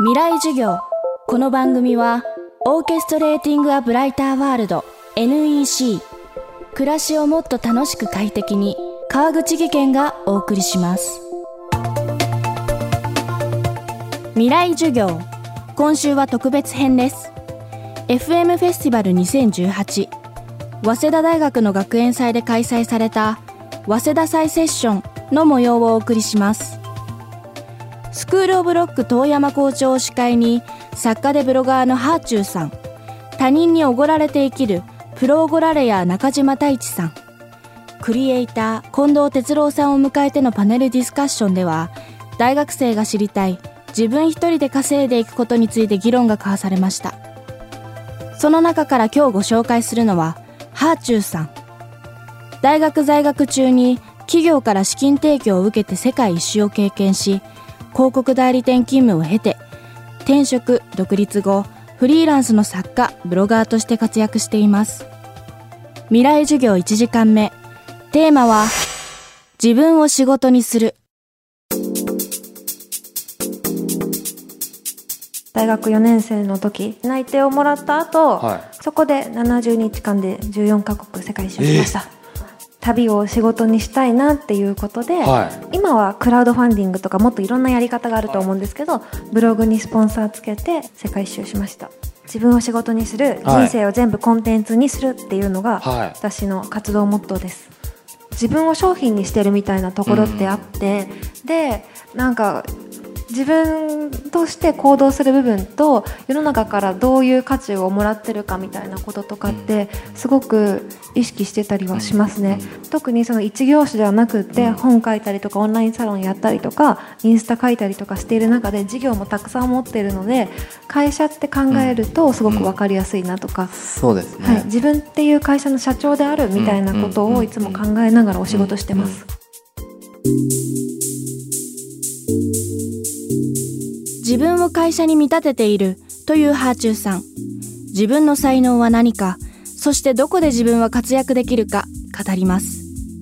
未来授業。この番組はオーケストレーティングアブライターワールド NEC 暮らしをもっと楽しく快適に川口義賢がお送りします。未来授業、今週は特別編です。 FM フェスティバル2018、早稲田大学の学園祭で開催された早稲田祭セッションの模様をお送りします。スクールオブロック遠山校長を司会に、作家でブロガーのハーチューさん、他人におごられて生きるプロおごられや中島太一さん、クリエイター近藤哲郎さんを迎えてのパネルディスカッションでは、大学生が知りたい自分一人で稼いでいくことについて議論が交わされました。その中から今日ご紹介するのはハーチューさん。大学在学中に企業から資金提供を受けて世界一周を経験し、広告代理店勤務を経て転職独立後、フリーランスの作家ブロガーとして活躍しています。未来授業1時間目、テーマは自分を仕事にする。 大学4年生の時、内定をもらった後、そこで70日間で14カ国世界一周しました。旅を仕事にしたいなっていうことで、今はクラウドファンディングとかもっといろんなやり方があると思うんですけど、ブログにスポンサーつけて世界一周しました。自分を仕事にする、人生を全部コンテンツにするっていうのが私の活動モットーです。自分を商品にしてるみたいなところってあって、でなんか自分として行動する部分と、世の中からどういう価値をもらってるかみたいなこととかってすごく意識してたりはしますね。特にその一業種ではなくって本書いたりとかオンラインサロンやったりとかインスタ書いたりとかしている中で、事業もたくさん持っているので、会社って考えるとすごく分かりやすいなとか、 そうですね、 自分っていう会社の社長であるみたいなことをいつも考えながらお仕事してます。 自分を会社に見立てているというハーチューさん。自分の才能は何か、そしてどこで自分は活躍できるか語ります。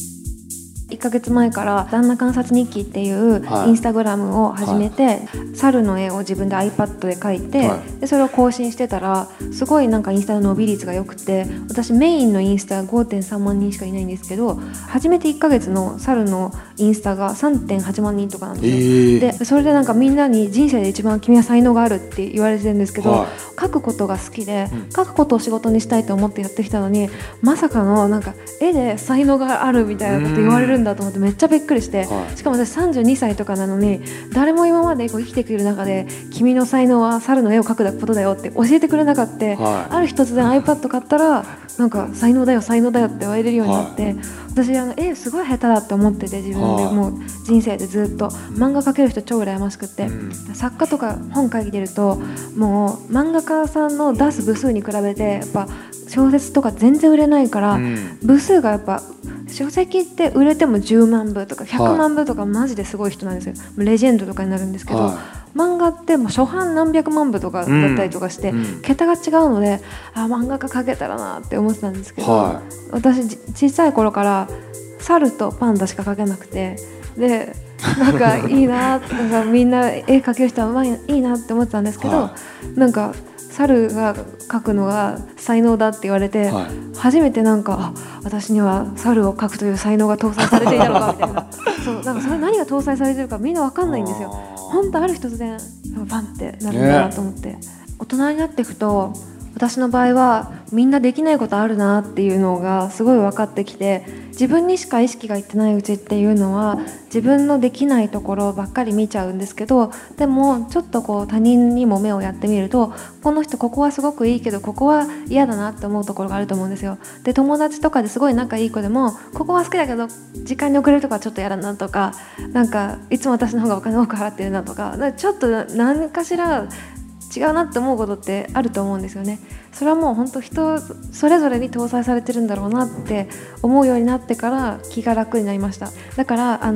1ヶ月前から旦那観察日記っていうインスタグラムを始めて、猿の絵を自分で iPad で描いて、でそれを更新してたら、すごいなんかインスタの伸び率が良くて、私メインのインスタ 5.3 万人しかいないんですけど、初めて1ヶ月の猿のインスタが 3.8 万人とかなんですよ。でそれでなんかみんなに人生で一番君は才能があるって言われてるんですけど、書くことが好きで書くことを仕事にしたいと思ってやってきたのに、まさかのなんか絵で才能があるみたいなこと言われるんだと思ってめっちゃびっくりして、しかも私32歳とかなのに、誰も今まで生きてくる中で君の才能は猿の絵を描くことだよって教えてくれなかった。ある日突然 iPad 買ったら、なんか才能だよ才能だよって言われるようになって、私絵すごい下手だって思ってて、自分でもう人生でずっと漫画描ける人超羨ましくて、作家とか本書いてると、もう漫画家さんの出す部数に比べてやっぱ小説とか全然売れないから、部数がやっぱ書籍って売れても10万部とか100万部とかマジですごい人なんですよ。レジェンドとかになるんですけど、漫画ってもう初版何百万部とかだったりとかして、桁が違うので、漫画家描けたらなって思ってたんですけど、私小さい頃から猿とパンダしか描けなくて、でなんかいいな、なんかみんな絵描ける人はまあいいなって思ってたんですけど、なんか猿が描くのが才能だって言われて、初めてなんか私には猿を描くという才能が搭載されていたのかみたいなそう、なんかそれ何が搭載されてるかみんな分かんないんですよ。本当ある日突然バンってなるんだなと思って、大人になっていくと、私の場合はみんなできないことあるなっていうのがすごい分かってきて、自分にしか意識がいってないうちっていうのは自分のできないところばっかり見ちゃうんですけど、でもちょっとこう他人にも目をやってみると、この人ここはすごくいいけどここは嫌だなって思うところがあると思うんですよ。で友達とかですごい仲いい子でも、ここは好きだけど時間に遅れるとかちょっと嫌だなとか、なんかいつも私の方がお金多く払ってるなとか、ちょっと何かしら違うなって思うことってあると思うんですよね。それはもう本当人それぞれに搭載されてるんだろうなって思うようになってから気が楽になりました。だから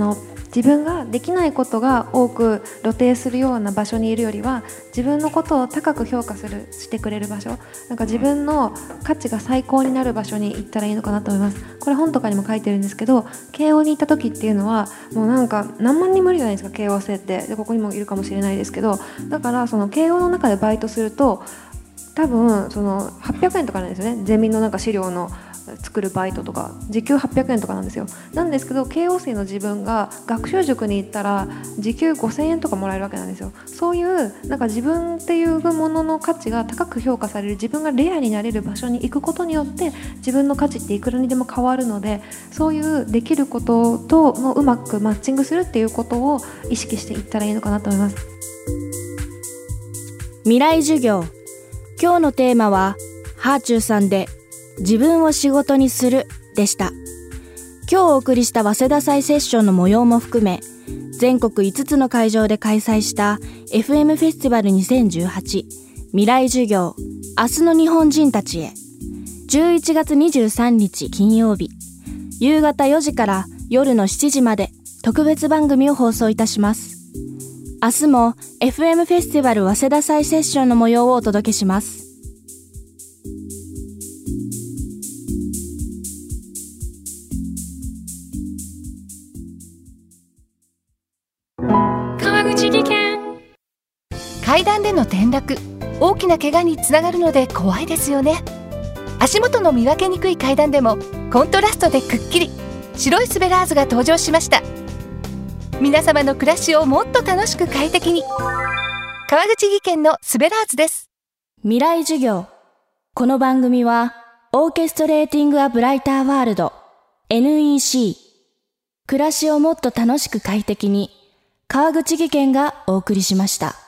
自分ができないことが多く露呈するような場所にいるよりは、自分のことを高く評価してくれる場所、なんか自分の価値が最高になる場所に行ったらいいのかなと思います。これ本とかにも書いてるんですけど、慶応に行った時っていうのはもうなんか何万人もいるじゃないですか、慶応生ってで、ここにもいるかもしれないですけど、だからその慶応の中でバイトすると多分その800円とかなんですよね。ゼミのなんか資料の作るバイトとか時給800円とかなんですよ。なんですけど慶応生の自分が学習塾に行ったら時給5000円とかもらえるわけなんですよ。そういうなんか自分っていうものの価値が高く評価される、自分がレアになれる場所に行くことによって自分の価値っていくらにでも変わるので、そういうできることとのうまくマッチングするっていうことを意識していったらいいのかなと思います。 未来授業、今日のテーマはハーチューさんで自分を仕事にするでした。今日お送りした早稲田祭セッションの模様も含め、全国5つの会場で開催した FM フェスティバル2018未来授業、明日の日本人たちへ、11月23日金曜日、夕方4時から夜の7時まで特別番組を放送いたします。明日も FM フェスティバル早稲田祭セッションの模様をお届けします。 階段での転落、大きな怪我につながるので怖いですよね。足元の見分けにくい階段でもコントラストでくっきり白いスベラーズが登場しました。皆様の暮らしをもっと楽しく快適に、川口技研のスベラーズです。 未来授業、この番組はオーケストレーティングアブライターワールド NEC、 暮らしをもっと楽しく快適に、川口技研がお送りしました。